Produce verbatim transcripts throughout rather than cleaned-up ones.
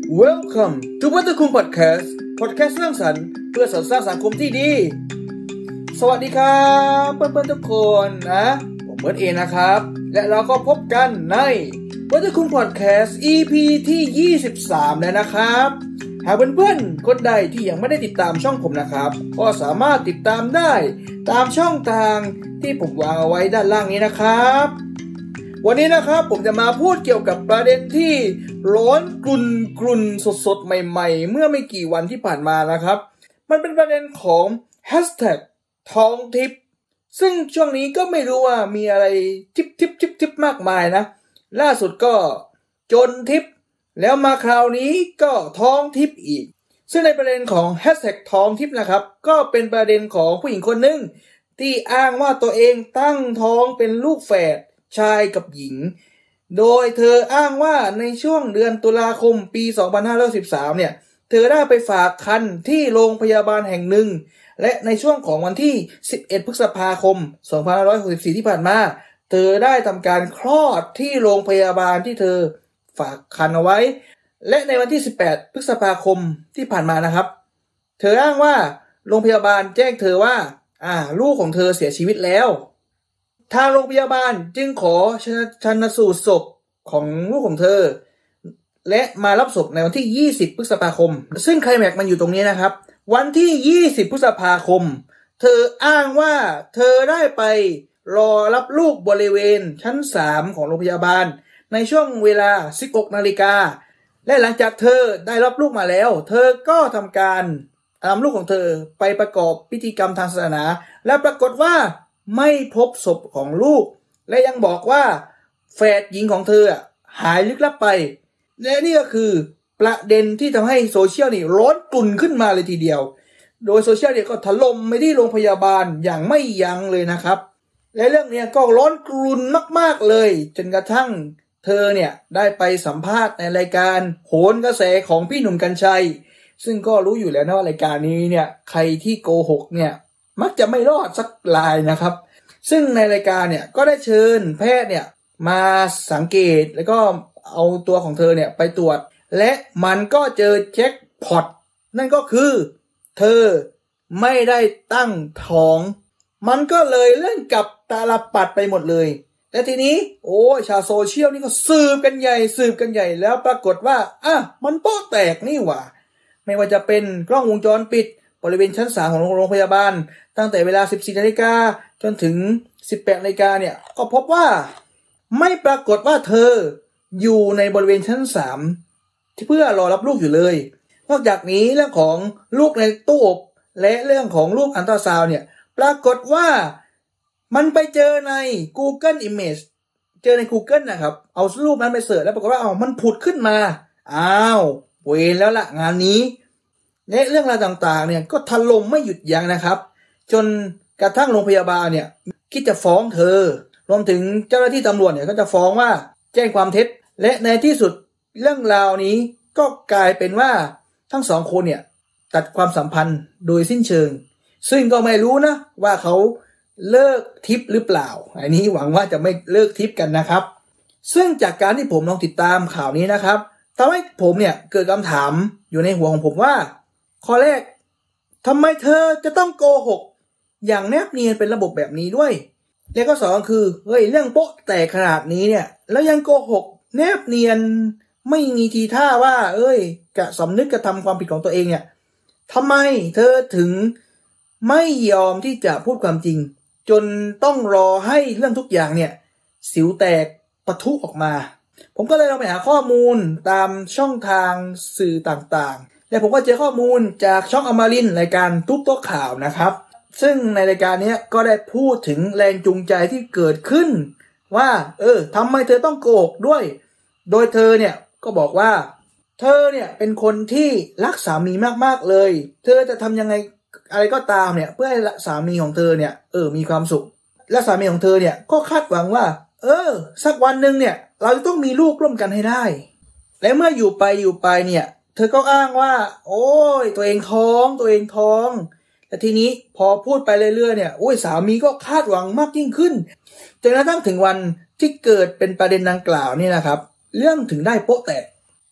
Welcome to วัตถุคุณ Podcast Podcast สร้างสรรค์เพื่อสร้างสังคมที่ดีสวัสดีครับเพื่อนๆทุกคนนะผมเบิร์ดเองนะครับและเราก็พบกันในวัตถุคุณ Podcast อี พี ที่ยี่สิบสามแล้วนะครับหากเพื่อนๆคนใดที่ยังไม่ได้ติดตามช่องผมนะครับก็สามารถติดตามได้ตามช่องทางที่ผมวางเอาไว้ด้านล่างนี้นะครับวันนี้นะครับผมจะมาพูดเกี่ยวกับประเด็นที่ร้อนกรุ่นกรุ่นสดๆใหม่ๆเมื่อไม่กี่วันที่ผ่านมานะครับมันเป็นประเด็นของแฮชแท็กท้องทิพย์ซึ่งช่วงนี้ก็ไม่รู้ว่ามีอะไรทิปทิปทิปทิปมากมายนะล่าสุดก็จนทิปแล้วมาคราวนี้ก็ท้องทิพย์อีกซึ่งในประเด็นของแฮชแท็กท้องทิพย์นะครับก็เป็นประเด็นของผู้หญิงคนหนึ่งที่อ้างว่าตัวเองตั้งท้องเป็นลูกแฝดชายกับหญิงโดยเธออ้างว่าในช่วงเดือนตุลาคมปีสองพันห้าร้อยสิบสามเนี่ยเธอได้ไปฝากครรภ์ที่โรงพยาบาลแห่งหนึ่งและในช่วงของวันที่สิบเอ็ดพฤษภาคมสองพันห้าร้อยหกสิบสี่ที่ผ่านมาเธอได้ทำการคลอดที่โรงพยาบาลที่เธอฝากครรภ์เอาไว้และในวันที่สิบแปดพฤษภาคมที่ผ่านมานะครับเธออ้างว่าโรงพยาบาลแจ้งเธอว่าอ่าลูกของเธอเสียชีวิตแล้วทางโรงพยาบาลจึงขอชันสูตรศพของลูกของเธอและมารับศพในวันที่ยี่สิบพฤษภาคมซึ่งไคลแม็กซ์มันอยู่ตรงนี้นะครับวันที่ยี่สิบพฤษภาคมเธออ้างว่าเธอได้ไปรอรับลูกบริเวณชั้นสามของโรงพยาบาลในช่วงเวลา สิบหกนาฬิกาและหลังจากเธอได้รับลูกมาแล้วเธอก็ทำการนำลูกของเธอไปประกอบพิธีกรรมทางศาสนาและปรากฏว่าไม่พบศพของลูกและยังบอกว่าแฝดหญิงของเธอหายลึกลับไปและนี่ก็คือประเด็นที่ทำให้โซเชียลนี่ร้อนกลุ่นขึ้นมาเลยทีเดียวโดยโซเชียลเนี่ยก็ถล่มไปที่โรงพยาบาลอย่างไม่ยั้งเลยนะครับและเรื่องนี้ก็ร้อนกลุ่นมากๆเลยจนกระทั่งเธอเนี่ยได้ไปสัมภาษณ์ในรายการโหนกระแสของพี่หนุ่มกรรชัยซึ่งก็รู้อยู่แล้วนะว่ารายการนี้เนี่ยใครที่โกหกเนี่ยมักจะไม่รอดสักรายนะครับซึ่งในรายการเนี่ยก็ได้เชิญแพทย์เนี่ยมาสังเกตแล้วก็เอาตัวของเธอเนี่ยไปตรวจและมันก็เจอแจ็คพอตนั่นก็คือเธอไม่ได้ตั้งท้องมันก็เลยเล่นกับตาลปัดไปหมดเลยและทีนี้โอ้ชาวโซเชียลนี่ก็สืบกันใหญ่สืบกันใหญ่แล้วปรากฏว่าอ่ะมันโป๊ะแตกนี่หว่าไม่ว่าจะเป็นกล้องวงจรปิดบริเวณชั้นสามของโรงพยาบาลตั้งแต่เวลา สิบสี่นาฬิกาจนถึง สิบแปดนาฬิกาเนี่ยก็พบว่าไม่ปรากฏว่าเธออยู่ในบริเวณชั้นสามที่เพื่อรอรับลูกอยู่เลยนอกจากนี้เรื่องของลูกในตู้อบและเรื่องของรูปอัลตราซาวด์เนี่ยปรากฏว่ามันไปเจอใน Google Image เจอใน Google นะครับเอารูปนั้นไปเสิร์ชแล้วปรากฏว่าอ้าวมันผุดขึ้นมาอ้าวเวรแล้วล่ะงานนี้และเรื่องราวต่างๆเนี่ยก็ถล่มไม่หยุดยั้งนะครับจนกระทั่งโรงพยาบาลเนี่ยคิดจะฟ้องเธอรวมถึงเจ้าหน้าที่ตำรวจเนี่ยก็จะฟ้องว่าแจ้งความเท็จและในที่สุดเรื่องราวนี้ก็กลายเป็นว่าทั้งสองคนเนี่ยตัดความสัมพันธ์โดยสิ้นเชิงซึ่งก็ไม่รู้นะว่าเขาเลิกทิปหรือเปล่าอันนี้หวังว่าจะไม่เลิกทิปกันนะครับซึ่งจากการที่ผมลองติดตามข่าวนี้นะครับทำให้ผมเนี่ยเกิดคำถามอยู่ในหัวของผมว่าข้อแรกทำไมเธอจะต้องโกหกอย่างแนบเนียนเป็นระบบแบบนี้ด้วยและก็สองคือเฮ้ยเรื่องโป๊ะแตกขนาดนี้เนี่ยแล้วยังโกหกแนบเนียนไม่มีทีท่าว่าเอ้ยกะสำนึกกระทำความผิดของตัวเองเนี่ยทำไมเธอถึงไม่ยอมที่จะพูดความจริงจนต้องรอให้เรื่องทุกอย่างเนี่ยสิวแตกปะทุออกมาผมก็เลยลองไปหาข้อมูลตามช่องทางสื่อต่างๆและผมก็เจอข้อมูลจากช่องอมรินทร์รายการตุ๊กโต๊ะข่าวนะครับซึ่งในรายการนี้ก็ได้พูดถึงแรงจูงใจที่เกิดขึ้นว่าเออทำไมเธอต้องโกหกด้วยโดยเธอเนี่ยก็บอกว่าเธอเนี่ยเป็นคนที่รักสามีมากๆเลยเธอจะทำยังไงอะไรก็ตามเนี่ยเพื่อให้สามีของเธอเนี่ยเออมีความสุขและสามีของเธอเนี่ยก็คาดหวังว่าเออสักวันหนึ่งเนี่ยเราจะต้องมีลูกร่วมกันให้ได้และเมื่ออยู่ไปอยู่ไปเนี่ยเธอก็อ้างว่าโอ้ยตัวเองท้องตัวเองท้องแต่ทีนี้พอพูดไปเรื่อยๆเนี่ยโอ้ยสามีก็คาดหวังมากยิ่งขึ้นจนกระทั่งถึงวันที่เกิดเป็นประเด็นดังกล่าวนี่นะครับเรื่องถึงได้โป๊ะแตก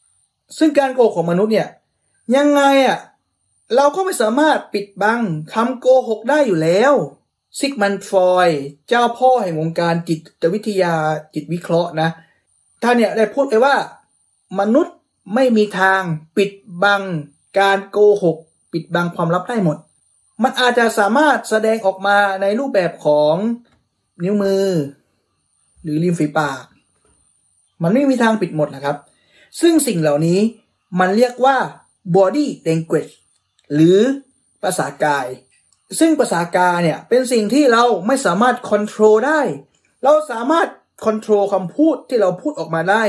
ซึ่งการโกหกของมนุษย์เนี่ยยังไงอ่ะเราก็ไม่สามารถปิดบังคำโกหกได้อยู่แล้วซิกมันด์ฟรอยด์เจ้าพ่อแห่งวงการจิตวิทยาจิตวิเคราะห์นะท่านเนี่ยได้พูดไว้ว่ามนุษย์ไม่มีทางปิดบังการโกหกปิดบังความลับได้หมดมันอาจจะสามารถแสดงออกมาในรูปแบบของนิ้วมือหรือริมฝีปากมันไม่มีทางปิดหมดนะครับซึ่งสิ่งเหล่านี้มันเรียกว่า body language หรือภาษากายซึ่งภาษากายเนี่ยเป็นสิ่งที่เราไม่สามารถ control ได้เราสามารถ control คำพูดที่เราพูดออกมาได้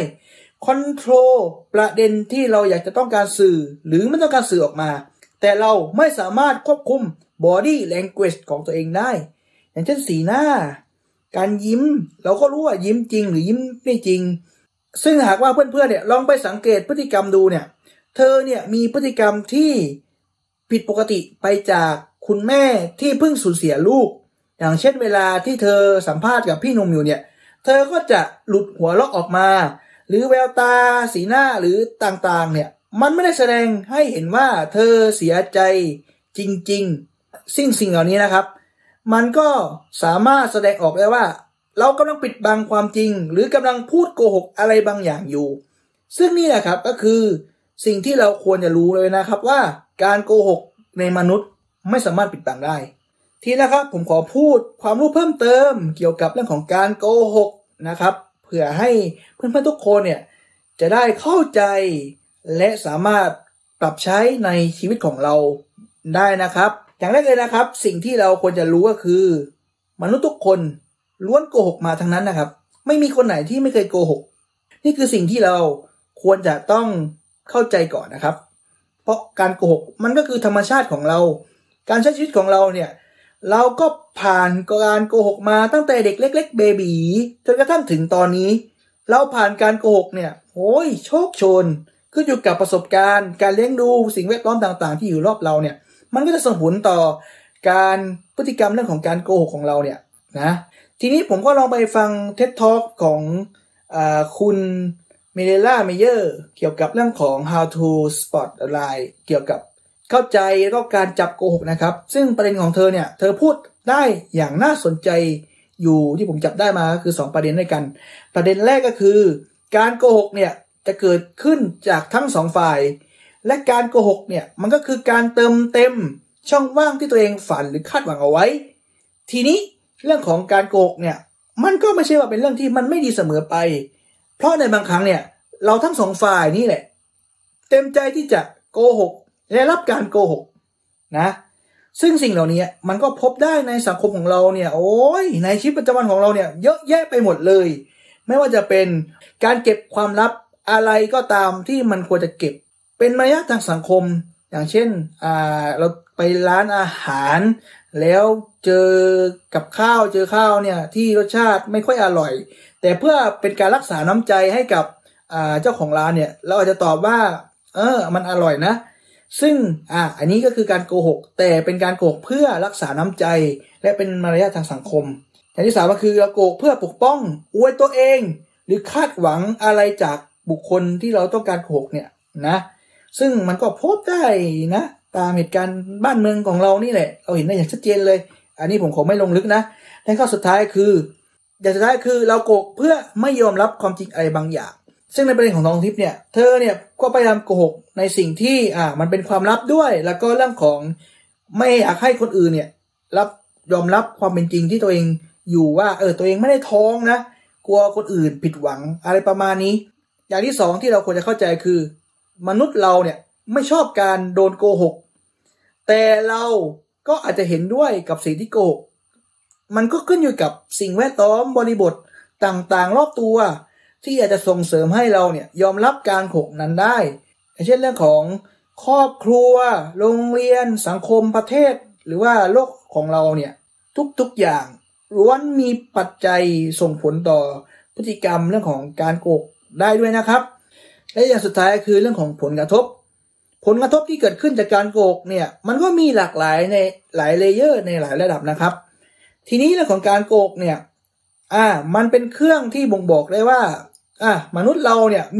control ประเด็นที่เราอยากจะต้องการสื่อหรือไม่ต้องการสื่อออกมาแต่เราไม่สามารถควบคุม body language ของตัวเองได้อย่างเช่นสีหน้าการยิ้มเราก็รู้ว่ายิ้มจริงหรือยิ้มไม่จริงซึ่งหากว่าเพื่อนๆเนี่ยลองไปสังเกตพฤติกรรมดูเนี่ยเธอเนี่ยมีพฤติกรรมที่ผิดปกติไปจากคุณแม่ที่เพิ่งสูญเสียลูกอย่างเช่นเวลาที่เธอสัมภาษณ์กับพี่หนุ่มอยู่เนี่ยเธอก็จะหลุดหัวเราะออกมาหรือแววตาสีหน้าหรือต่างๆเนี่ยมันไม่ได้แสดงให้เห็นว่าเธอเสียใจจริงๆสิ่งสิ่งเหล่านี้นะครับมันก็สามารถแสดงออกได้ว่าเรากำลังปิดบังความจริงหรือกำลังพูดโกหกอะไรบางอย่างอยู่ซึ่งนี่แหละครับก็คือสิ่งที่เราควรจะรู้เลยนะครับว่าการโกหกในมนุษย์ไม่สามารถปิดบังได้ทีนะครับผมขอพูดความรู้เพิ่มเติมเกี่ยวกับเรื่องของการโกหกนะครับเพื่อให้เพื่อนๆทุกคนเนี่ยจะได้เข้าใจและสามารถปรับใช้ในชีวิตของเราได้นะครับอย่างแรกเลยนะครับสิ่งที่เราควรจะรู้ก็คือมนุษย์ทุกคนล้วนโกหกมาทั้งนั้นนะครับไม่มีคนไหนที่ไม่เคยโกหกนี่คือสิ่งที่เราควรจะต้องเข้าใจก่อนนะครับเพราะการโกหกมันก็คือธรรมชาติของเราการใช้ชีวิตของเราเนี่ยเราก็ผ่านการโกหกมาตั้งแต่เด็กเล็กๆเบบีจนกระทั่งถึงตอนนี้เราผ่านการโกหกเนี่ยโอ้ยโชคโชนขึ้นอยู่กับประสบการณ์การเลี้ยงดูสิ่งแวดล้อมต่างๆที่อยู่รอบเราเนี่ยมันก็จะส่งผลต่อการพฤติกรรมเรื่องของการโกหกของเราเนี่ยนะทีนี้ผมก็ลองไปฟัง ที อี ดี Talk ของอ่าคุณเมเลล่าเมเยอร์เกี่ยวกับเรื่องของ how to spot a lie เกี่ยวกับเข้าใจแล้วก็การจับโกหกนะครับซึ่งประเด็นของเธอเนี่ยเธอพูดได้อย่างน่าสนใจอยู่ที่ผมจับได้มาก็คือสองประเด็นด้วยกันประเด็นแรกก็คือการโกหกเนี่ยจะเกิดขึ้นจากทั้งสองฝ่ายและการโกหกเนี่ยมันก็คือการเติมเต็มช่องว่างที่ตัวเองฝันหรือคาดหวังเอาไว้ทีนี้เรื่องของการโกหกเนี่ยมันก็ไม่ใช่ว่าเป็นเรื่องที่มันไม่ดีเสมอไปเพราะในบางครั้งเนี่ยเราทั้งสองฝ่ายนี่แหละเต็มใจที่จะโกหกและรับการโกหกนะซึ่งสิ่งเหล่านี้มันก็พบได้ในสังคมของเราเนี่ยโอ้ยในชีวิตประจำวันของเราเนี่ยเยอะแยะไปหมดเลยไม่ว่าจะเป็นการเก็บความลับอะไรก็ตามที่มันควรจะเก็บเป็นมารยาททางสังคมอย่างเช่นอ่าเราไปร้านอาหารแล้วเจอกับข้าวเจอข้าวเนี่ยที่รสชาติไม่ค่อยอร่อยแต่เพื่อเป็นการรักษาน้ำใจให้กับอ่าเจ้าของร้านเนี่ยเราอาจจะตอบว่าเออมันอร่อยนะซึ่งอ่าอันนี้ก็คือการโกหกแต่เป็นการโกหกเพื่อรักษาน้ำใจและเป็นมารยาททางสังคมอย่างที่สามก็คือเราโกหกเพื่อปกป้องอวยตัวเองหรือคาดหวังอะไรจากบุคคลที่เราต้องการโกหกเนี่ยนะซึ่งมันก็พบได้นะตามเหตุการณ์บ้านเมืองของเรานี่แหละเราเห็นได้อย่างชัดเจนเลยอันนี้ผมขอไม่ลงลึกนะและข้อสุดท้ายคืออย่างสุดท้ายคือเราโกหกเพื่อไม่ยอมรับความจริงอะไรบางอย่างซึ่งในประเด็นของทองทิพย์เนี่ยเธอเนี่ยก็พยายามโกหกในสิ่งที่อ่ามันเป็นความลับด้วยแล้วก็เรื่องของไม่อยากให้คนอื่นเนี่ยรับยอมรับความเป็นจริงที่ตัวเองอยู่ว่าเออตัวเองไม่ได้ท้องนะกลัวคนอื่นผิดหวังอะไรประมาณนี้อย่างที่สองที่เราควรจะเข้าใจคือมนุษย์เราเนี่ยไม่ชอบการโดนโกหกแต่เราก็อาจจะเห็นด้วยกับสิ่งที่โกหกมันก็ขึ้นอยู่กับสิ่งแวดล้อมบริบทต่างๆรอบตัวที่อาจจะส่งเสริมให้เราเนี่ยยอมรับการโกหกนั้นได้อย่างเช่นเรื่องของครอบครัวโรงเรียนสังคมประเทศหรือว่าโลกของเราเนี่ยทุกๆอย่างล้วนมีปัจจัยส่งผลต่อพฤติกรรมเรื่องของการโกหกได้ด้วยนะครับและอย่างสุดท้ายคือเรื่องของผลกระทบผลกระทบที่เกิดขึ้นจากการโกหกเนี่ยมันก็มีหลากหลายในหลายเลเยอร์ในหลายระดับนะครับทีนี้เรื่องของการโกหกเนี่ยอ่ามันเป็นเครื่องที่บ่งบอกได้ว่าอ่ามนุษย์เราเนี่ยมี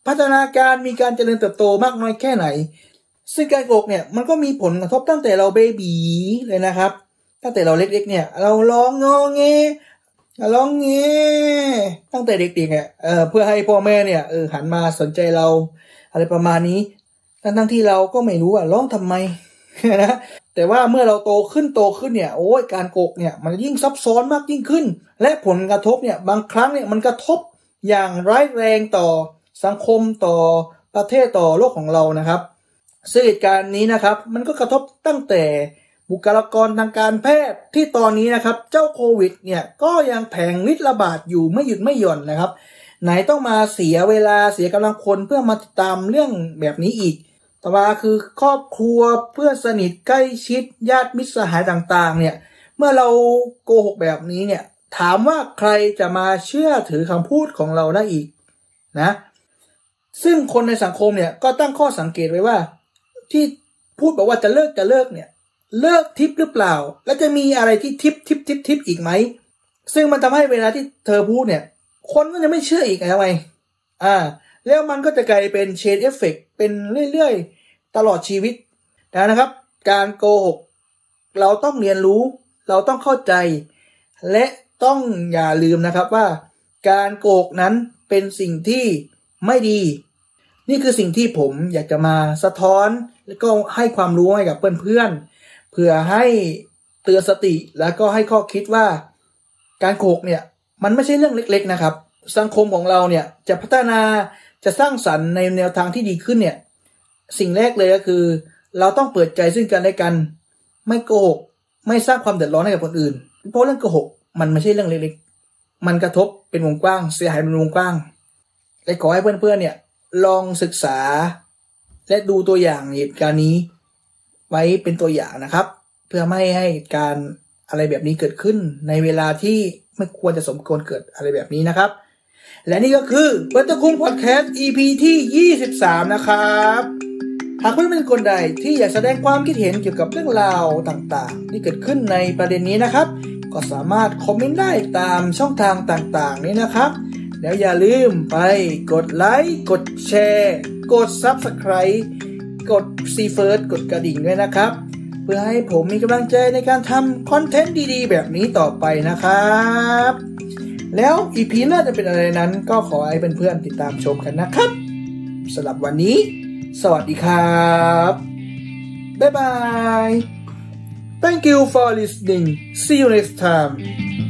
พัฒนาการมีการเจริญเติบโตมากน้อยแค่ไหนซึ่งการโกหกเนี่ยมันก็มีผลกระทบตั้งแต่เราเบบีเลยนะครับตั้งแต่เราเล็กๆเนี่ยเราร้องงอแงร้องเงตั้งแต่เด็กๆเนี่ยเออเพื่อให้พ่อแม่เนี่ยเออหันมาสนใจเราอะไรประมาณนี้ทั้งๆที่เราก็ไม่รู้ว่าร้องทำไมนะแต่ว่าเมื่อเราโตขึ้นโตขึ้นเนี่ยโอ้ยการโกหกเนี่ยมันยิ่งซับซ้อนมากยิ่งขึ้นและผลกระทบเนี่ยบางครั้งเนี่ยมันกระทบอย่างร้ายแรงต่อสังคมต่อประเทศต่อโลกของเรานะครับซึ่งเหตุการณ์นี้นะครับมันก็กระทบตั้งแต่บุคลากรทางการแพทย์ที่ตอนนี้นะครับเจ้าโควิดเนี่ยก็ยังแผงฤทธิ์ระบาดอยู่ไม่หยุดไม่หย่อนนะครับไหนต้องมาเสียเวลาเสียกำลังคนเพื่อมาติดตามเรื่องแบบนี้อีกต่อมาคือครอบครัวเพื่อนสนิทใกล้ชิดญาติมิตรสหายต่างๆเนี่ยเมื่อเราโกหกแบบนี้เนี่ยถามว่าใครจะมาเชื่อถือคำพูดของเราได้อีกนะซึ่งคนในสังคมเนี่ยก็ตั้งข้อสังเกตไว้ว่าที่พูดบอกว่าจะเลิกจะเลิกเนี่ยเลิกทิปหรือเปล่าแล้วจะมีอะไรที่ทิปทิปทิปทิปอีกไหมซึ่งมันทำให้เวลาที่เธอพูดเนี่ยคนก็จะไม่เชื่ออีกทำไมอ่าแล้วมันก็จะกลายเป็นเชนเอฟเฟกต์เป็นเรื่อยๆตลอดชีวิตนะครับการโกหกเราต้องเรียนรู้เราต้องเข้าใจและต้องอย่าลืมนะครับว่าการโกหกนั้นเป็นสิ่งที่ไม่ดีนี่คือสิ่งที่ผมอยากจะมาสะท้อนแล้วก็ให้ความรู้ให้กับเพื่อนๆเพื่อให้เตือนสติแล้วก็ให้ข้อคิดว่าการโกหกเนี่ยมันไม่ใช่เรื่องเล็กๆนะครับสังคมของเราเนี่ยจะพัฒนาจะสร้างสรรค์ในแนวทางที่ดีขึ้นเนี่ยสิ่งแรกเลยก็คือเราต้องเปิดใจซึ่งกันและกันไม่โกหกไม่สร้างความเดือดร้อนให้กับคนอื่นเพราะเรื่องโกหกมันไม่ใช่เรื่องเล็กๆมันกระทบเป็นวงกว้างเสียหายเป็นวงกว้างและขอให้เพื่อนๆเนี่ยลองศึกษาและดูตัวอย่างเหตุการณ์นี้ไว้เป็นตัวอย่างนะครับเพื่อไม่ให้การอะไรแบบนี้เกิดขึ้นในเวลาที่ไม่ควรจะสมควรเกิดอะไรแบบนี้นะครับและนี่ก็คือเปิดตะคุ่มพอดแคสต์ อี พี ที่ยี่สิบสามนะครับหากเพื่อนเป็นคนใดที่อยากแสดงความคิดเห็นเกี่ยวกับเรื่องราวต่างๆที่เกิดขึ้นในประเด็นนี้นะครับก็สามารถคอมเมนต์ได้ตามช่องทางต่างๆนี้นะครับแล้วอย่าลืมไปกดไลค์กดแชร์กด ซับสไครบ์ กด ซี เฟิร์ส กดกระดิ่งด้วยนะครับเพื่อให้ผมมีกำลังใจในการทำคอนเทนต์ดีๆแบบนี้ต่อไปนะครับแล้ว อี พี หน้าจะเป็นอะไรนั้นก็ขอให้เพื่อนๆติดตามชมกันนะครับสำหรับวันนี้สวัสดีครับบ๊ายบาย Thank you for listening. See you next time.